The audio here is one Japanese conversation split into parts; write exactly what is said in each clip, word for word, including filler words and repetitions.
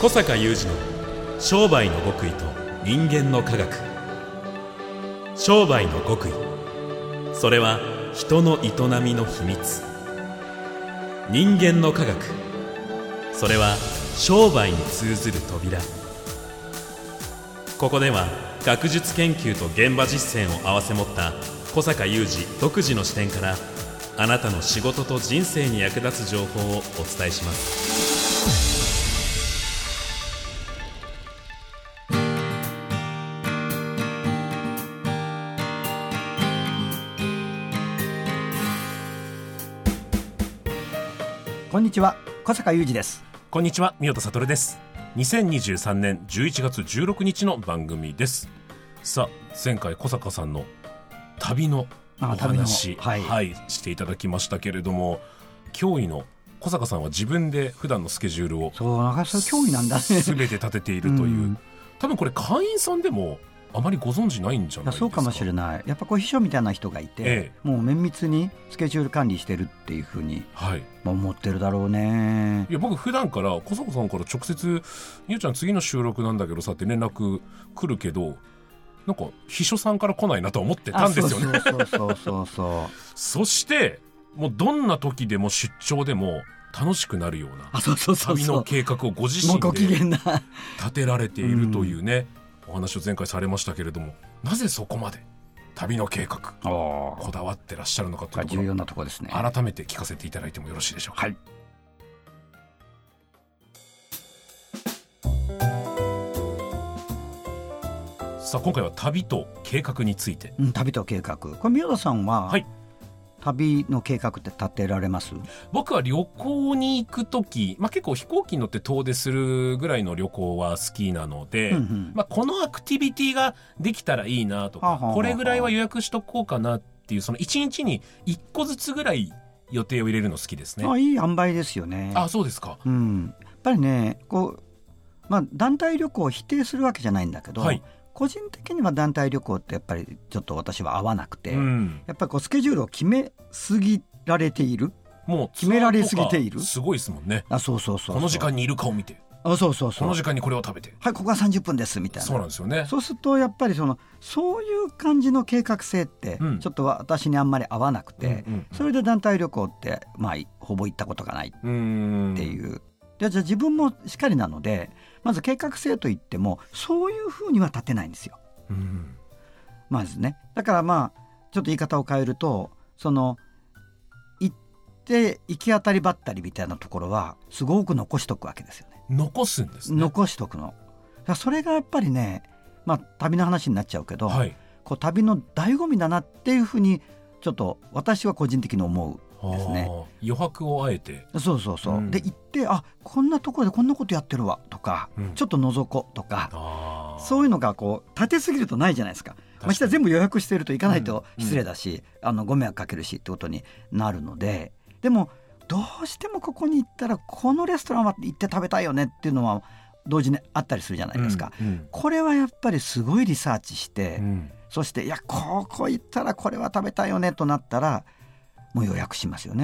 小坂雄二の商売の極意と人間の科学。商売の極意、それは人の営みの秘密。人間の科学、それは商売に通ずる扉。ここでは学術研究と現場実践を併せ持った小坂雄二独自の視点から、あなたの仕事と人生に役立つ情報をお伝えします。 こんにちは、小坂雄二です。 こんにちは、三代田悟です。にせんにじゅうさんねんじゅういちがつじゅうろくにちの番組です。さあ、前回小坂さんの旅のお話、 はい、 はい、していただきましたけれども、驚異の小坂さんは自分で普段のスケジュールをそうなんかそう脅威なんだね全て立てているという、うん、多分これ会員さんでもあまりご存知ないんじゃないですか。 そうかもしれない。やっぱこう秘書みたいな人がいて、ええ、もう綿密にスケジュール管理してるっていうふうに、はい、思ってるだろうね。 いや、僕普段から小坂さんから直接ゆうちゃん次の収録なんだけどさって連絡来るけど、なんか秘書さんから来ないなと思ってたんですよね。 そうそうそうそうそしてもうどんな時でも出張でも楽しくなるような旅の計画をご自身で立てられているというね、お話を前回されましたけれども、なぜそこまで旅の計画こだわってらっしゃるのかというところ、 重要なところですね。 改めて聞かせていただいてもよろしいでしょうか。 はい。 さあ、今回は旅と計画について、 うん、旅と計画、これ宮田さんは、はい、旅の計画って立てられます？ 僕は旅行に行くとき、まあ、結構飛行機に乗って遠出するぐらいの旅行は好きなので、うんうん、まあ、このアクティビティができたらいいなとか、はあはあはあ、これぐらいは予約しとこうかなっていう、そのいちにちにいっこずつぐらい予定を入れるの好きですね。 あ、いい塩梅ですよね。 あ、そうですか。 うん、やっぱりね、こう、まあ、団体旅行を否定するわけじゃないんだけど、はい、個人的には団体旅行ってやっぱりちょっと私は合わなくて、うん、やっぱりこうスケジュールを決めすぎられている、 もう決められすぎている。 すごいですもんね。 あ、そうそうそうそう、 この時間にいるかを見て、 あ、そうそうそう、 この時間にこれを食べて、 はい、ここはさんじゅっぷんですみたいな。 そうなんですよね。 そうするとやっぱりそのそういう感じの計画性ってちょっと私にあんまり合わなくて、うんうんうん、それで団体旅行って、まあ、ほぼ行ったことがないっていう。で、じゃあ自分もしっかりなので、まず計画性といってもそういうふうには立てないんですよ、うん、まずね。だからまあちょっと言い方を変えると、その行って行き当たりばったりみたいなところはすごく残しとくわけですよね。 残すんですね。 残しとくの。だからそれがやっぱりね、まあ旅の話になっちゃうけど、はい、こう旅の醍醐味だなっていうふうにちょっと私は個人的に思うですね。 余白をあえて、 そうそうそう、うん、で行って、あ、こんなところでこんなことやってるわとか、うん、ちょっと覗こうとか、そういうのがこう立てすぎるとないじゃないですか。まして全部予約してると行かないと失礼だし、うん、あのご迷惑かけるしってことになるので、でもどうしてもここに行ったらこのレストランは行って食べたいよねっていうのは同時にあったりするじゃないですか、うんうん、これはやっぱりすごいリサーチして、うん、そしていや、ここ行ったらこれは食べたいよねとなったらもう予約しますよね、うん、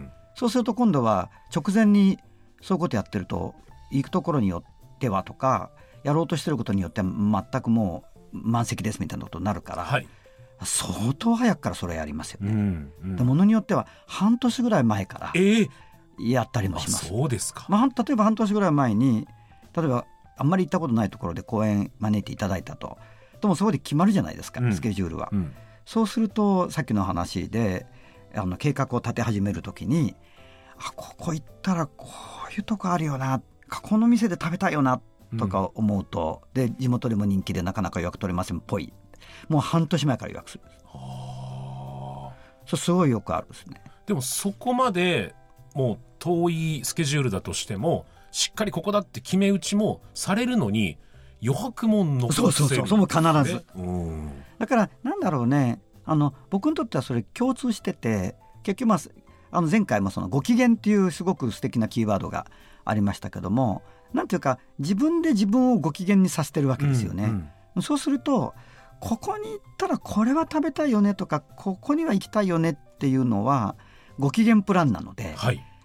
そうすると今度は直前にそういうことやってると、行くところによってはとかやろうとしてることによって全くもう満席ですみたいなことになるから、はい、相当早くからそれやりますよね、うんうん、でものによっては半年ぐらい前からやったりもします、 えー、そうですか、 まあ、例えば半年ぐらい前に、例えばあんまり行ったことないところで講演招いていただいたと、でもそこで決まるじゃないですか、うん、スケジュールは、うん、そうするとさっきの話であの計画を立て始めるときに、あ、ここ行ったらこういうとこあるよな、この店で食べたいよなとか思うと、うん、で地元でも人気でなかなか予約取れませんっぽい、もう半年前から予約する。はあ、そう、すごいよくあるですね。 でもそこまでもう遠いスケジュールだとしてもしっかりここだって決め打ちもされるのに余白も残せる、ね、そうそうそう、それも必ず、うん、だからなんだろうね、あの僕にとってはそれ共通してて、結局、まあ、あの前回もそのご機嫌っていうすごく素敵なキーワードがありましたけども、なんていうか自分で自分をご機嫌にさせてるわけですよね、うんうん、そうするとここに行ったらこれは食べたいよねとか、ここには行きたいよねっていうのはご機嫌プランなので、はい、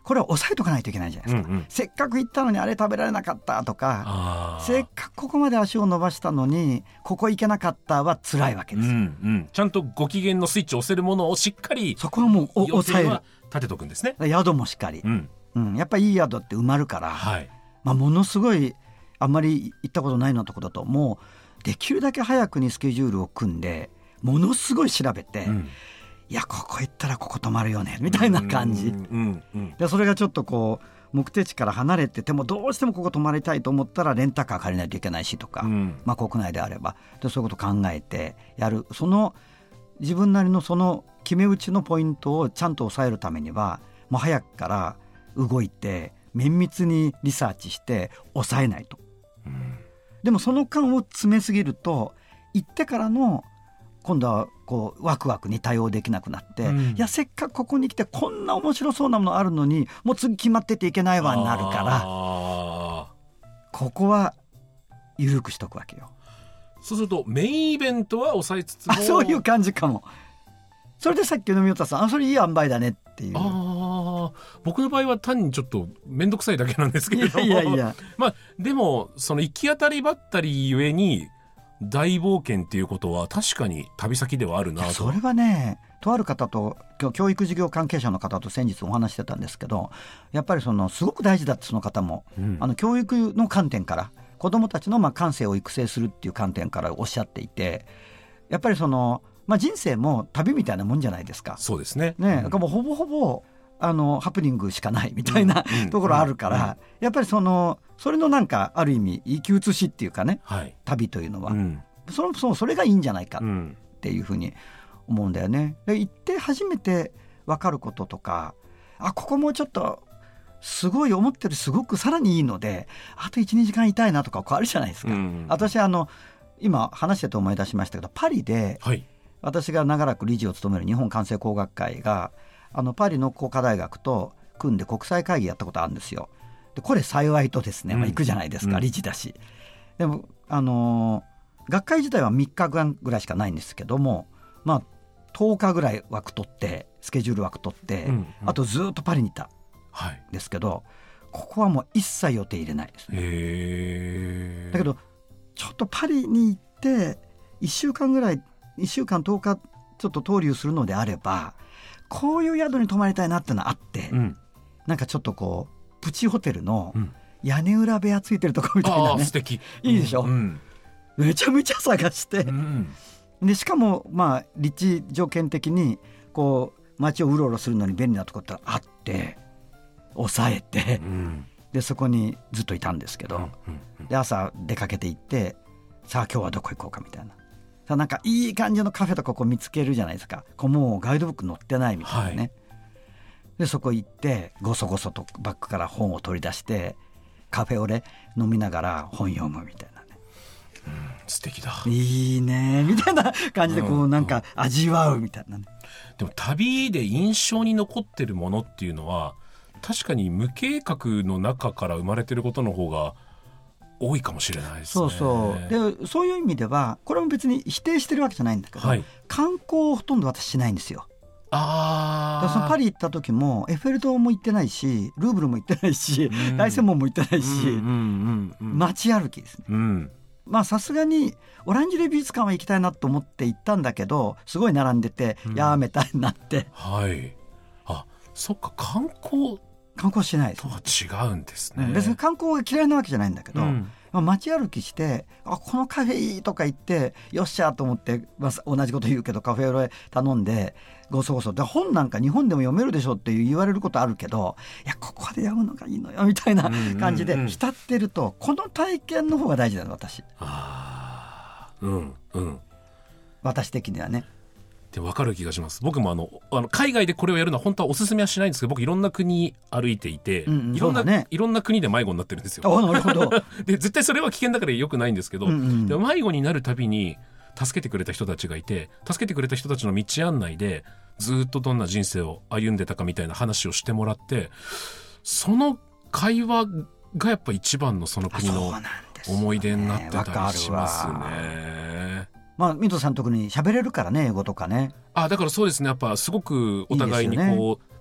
これは抑えとかないといけないじゃないですか、うんうん、せっかく行ったのにあれ食べられなかったとか、せっかくここまで足を伸ばしたのにここ行けなかったは辛いわけです、うんうん、 ちゃんとご機嫌のスイッチを押せるものをしっかりそこはもう抑える、 立てとくんですね。 宿もしっかり、うんうん、やっぱりいい宿って埋まるから、 はい、まあ、ものすごいあんまり行ったことないようなところだともうできるだけ早くにスケジュールを組んでものすごい調べて、うん、いやここ行ったらここ泊まるよねみたいな感じ、うんうんうん、でそれがちょっとこう目的地から離れててもどうしてもここ泊まりたいと思ったらレンタカー借りないといけないしとか、うんまあ、国内であればでそういうこと考えてやる、その自分なりのその決め打ちのポイントをちゃんと抑えるためにはもう早くから動いて綿密にリサーチして抑えないと、うん、でもその間を詰めすぎると行ってからの今度はこうワクワクに対応できなくなって、うん、いやせっかくここに来てこんな面白そうなものあるのにもう次決まってていけないわになるからここは緩くしとくわけよ。 そうするとメインイベントは抑えつつも、 あ、そういう感じかも。それでさっきの宮田さん、あ、それいい塩梅だねっていう。 あ、僕の場合は単にちょっと面倒くさいだけなんですけれども、 いやいやいやまあでもその行き当たりばったりゆえに大冒険っていうことは確かに旅先ではあるなと。 それはね、とある方と教育事業関係者の方と先日お話してたんですけど、やっぱりそのすごく大事だってその方も、うん、あの教育の観点から子どもたちのまあ感性を育成するっていう観点からおっしゃっていて、やっぱりその、まあ、人生も旅みたいなもんじゃないですか。 そうですね。 ね、だからもうほぼほぼあのハプニングしかないみたいな、うん、ところあるから、うんうん、やっぱりそのそれのなんかある意味生き写しっていうかね、はい、旅というのは、うん、そもそもそれがいいんじゃないかっていうふうに思うんだよね。で行って初めて分かることとか、あ、ここもうちょっとすごい思ってるすごくさらにいいのであと いちにじかんいたいなとかこうあるじゃないですか、うん、私あの今話してて思い出しましたけど、パリで、はい、私が長らく理事を務める日本管制工学会があのパリの工科大学と組んで国際会議やったことあるんですよ。でこれ幸いとですね、まあ、行くじゃないですか、うん、理事だし。でもあのー、学会自体はみっかかんぐらいしかないんですけども、まあとおかぐらい枠取ってスケジュール枠取って、うんうん、あとずっとパリにいたですけど、はい、ここはもう一切予定入れないですね。へー。だけどちょっとパリに行っていっしゅうかんぐらいいっしゅうかんとおかちょっと逗留するのであればこういう宿に泊まりたいなってのがあって、うん、なんかちょっとこうプチホテルの屋根裏部屋ついてるとこみたいなね、 うん、あ、素敵。 いいでしょ、うん、めちゃめちゃ探して、うん、でしかもまあ立地条件的にこう街をうろうろするのに便利なところってあって抑えて、うん、でそこにずっといたんですけど、うんうんうん、で朝出かけて行ってさあ今日はどこ行こうかみたいな、さあなんかいい感じのカフェとかこう見つけるじゃないですか。こうもうガイドブック載ってないみたいなね、はい、でそこ行ってごそごそとバッグから本を取り出してカフェオレ飲みながら本読むみたいなね、 うん、素敵だ、 いいねみたいな感じでこうなんか味わうみたいなね、 うん、でも旅で印象に残ってるものっていうのは確かに無計画の中から生まれてることの方が多いかもしれないですね。 そうそうでそういう意味ではこれも別に否定してるわけじゃないんだけど、はい、観光をほとんど私しないんですよ。 あそのパリ行った時もエッフェル塔も行ってないしルーブルも行ってないし、うん、凱旋門も行ってないし、うんうんうんうん、街歩きですね、うん、まあさすがにオランジュレ美術館は行きたいなと思って行ったんだけどすごい並んでて、うん、やめたいなって、 はい、あ、そっか、観光観光しないです、 ね、とは違うんですね。 別に観光が嫌いなわけじゃないんだけど、うんまあ、街歩きしてあこのカフェいいとか言ってよっしゃと思って、まあ、同じこと言うけどカフェオレ頼んでごそごそで本なんか日本でも読めるでしょって言われることあるけどいやここで読むのがいいのよみたいな感じで浸ってると、うんうんうん、この体験の方が大事だよ私。 あ、うんうん、 私的にはねで分かる気がします。僕もあのあの海外でこれをやるのは本当はおすすめはしないんですけど僕いろんな国歩いていて、うんうん、いろんな、ね、いろんな国で迷子になってるんですよ。 あ、なるほどで絶対それは危険だから良くないんですけど、うんうん、で迷子になるたびに助けてくれた人たちがいて助けてくれた人たちの道案内でずっとどんな人生を歩んでたかみたいな話をしてもらってその会話がやっぱ一番のその国の思い出になってたりしますね。 まあ、水戸さん特に喋れるからね英語とかね。 あ、だからそうですね、やっぱすごくお互いにこういい、ね、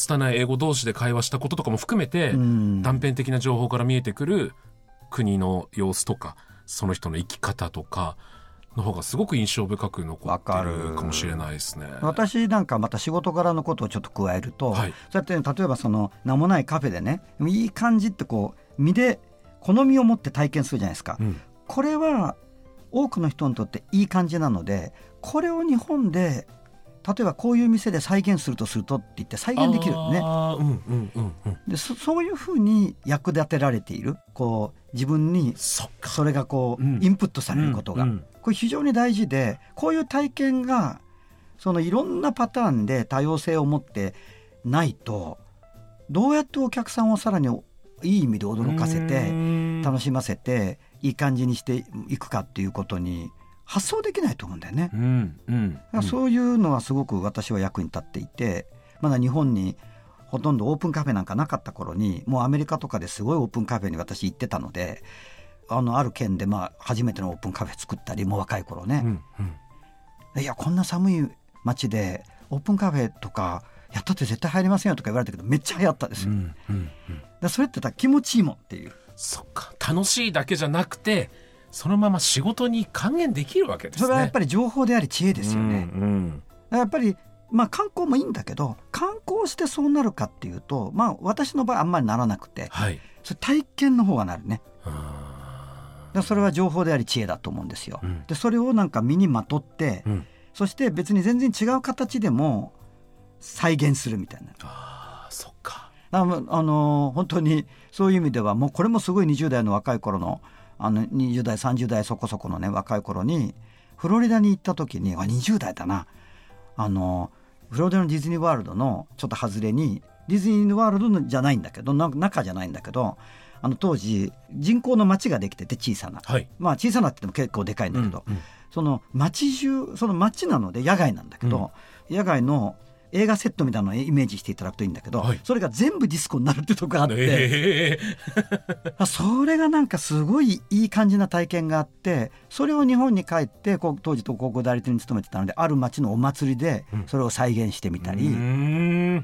拙い英語同士で会話したこととかも含めて、うん、断片的な情報から見えてくる国の様子とかその人の生き方とかの方がすごく印象深く残ってるかもしれないですね。 私なんかまた仕事柄のことをちょっと加えると、はい、そうやって、ね、例えばその名もないカフェでねいい感じってこう身で好みを持って体験するじゃないですか、うん、これは多くの人にとっていい感じなのでこれを日本で例えばこういう店で再現するとするとって言って再現できるね、うんうんうんうん、で そ, そういうふうに役立てられているこう自分にそれがこう、うん、インプットされることが、うんうん、これ非常に大事でこういう体験がそのいろんなパターンで多様性を持ってないとどうやってお客さんをさらにいい意味で驚かせて楽しませていい感じにしていくかっていうことに発想できないと思うんだよね、うんうんうん、そういうのはすごく私は役に立っていてまだ日本にほとんどオープンカフェなんかなかった頃にもうアメリカとかですごいオープンカフェに私行ってたので あのある県でまあ初めてのオープンカフェ作ったりもう若い頃ね、うんうん、いやこんな寒い街でオープンカフェとかやったって絶対入りませんよとか言われたけどめっちゃ流行ったですよ、うんうんうん、だそれって気持ちいいもんっていうそっか楽しいだけじゃなくてそのまま仕事に還元できるわけですね。 それはやっぱり情報であり知恵ですよね、うんうん、やっぱり、まあ、観光もいいんだけど観光してそうなるかっていうと、まあ、私の場合あんまりならなくて、はい、それ体験の方がなるね。だそれは情報であり知恵だと思うんですよ、うん、でそれをなんか身にまとって、うん、そして別に全然違う形でも再現するみたいな。 あそっかああの本当にそういう意味ではもうこれもすごいにじゅう代の若い頃のあのにじゅう代さんじゅう代そこそこのね若い頃にフロリダに行った時にあにじゅう代だなあのフロリダのディズニーワールドのちょっと外れにディズニーワールドじゃないんだけど中じゃないんだけどあの当時人工の街ができてて小さな、はい、まあ小さなって言っても結構でかいんだけど、うんうん、その街中その街なので野外なんだけど、うん、野外の映画セットみたいなのをイメージしていただくといいんだけど、はい、それが全部ディスコになるってとこがあって、えー、それがなんかすごいいい感じな体験があってそれを日本に帰って当時と広告代理店に勤めてたのである町のお祭りでそれを再現してみたり、うん、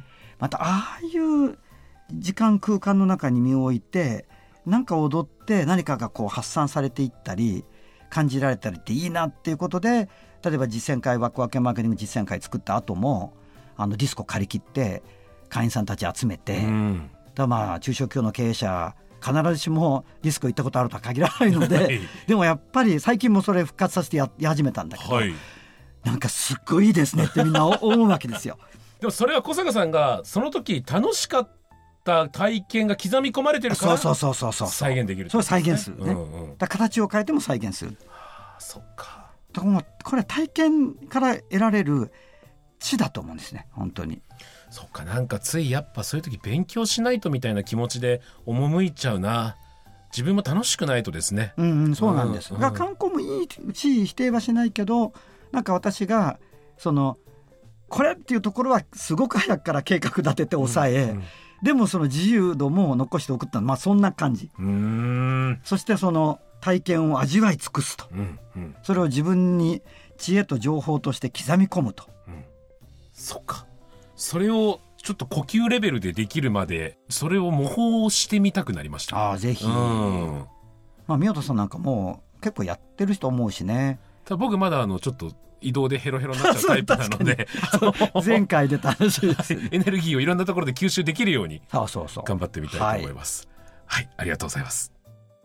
またああいう時間空間の中に身を置いてなんか踊って何かがこう発散されていったり感じられたりっていいなっていうことで例えば実践会ワクワクマーケティング実践会作った後もあのディスコ借り切って会員さんたち集めて、うん、だまあ中小企業の経営者必ずしもディスコ行ったことあるとは限らないので、はい、でもやっぱり最近もそれ復活させて や, や始めたんだけど、はい、なんかすっごいいいですねってみんな思うわけですよでもそれは小坂さんがその時楽しかった体験が刻み込まれてるから再現できる、 そう再現するね、うんうん、だ形を変えても再現する、 はあ、そっかだからこれは体験から得られる知だと思うんですね本当に。 そっかなんかついやっぱそういう時勉強しないとみたいな気持ちで赴いちゃうな自分も楽しくないとですね、 うんうん、そうなんです、うんうん、観光もいいし否定はしないけどなんか私がそのこれっていうところはすごく早くから計画立てて抑え、うんうん、でもその自由度も残しておくってのはまあそんな感じ。うーんそしてその体験を味わい尽くすと、うんうん、それを自分に知恵と情報として刻み込むと、うん、 そっかそれをちょっと呼吸レベルでできるまでそれを模倣してみたくなりました。 あぜひ、うんまあ、宮田さんなんかもう結構やってる人思うしね。 ただ僕まだあのちょっと移動でヘロヘロになっちゃうタイプなので前回出た話です、 エネルギーをいろんなところで吸収できるようにそうそうそう頑張ってみたいと思います。はい、はい、ありがとうございます。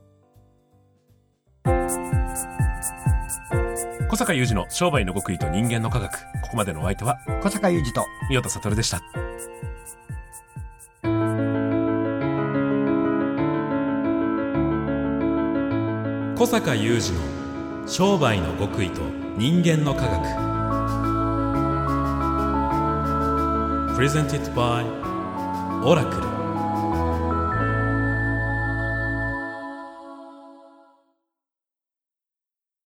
小坂雄二の商売の極意と人間の科学、ここまでのお相手は小坂雄二と宮田悟でした。 小坂雄二の商売の極意と人間の科学 Presented by オラクル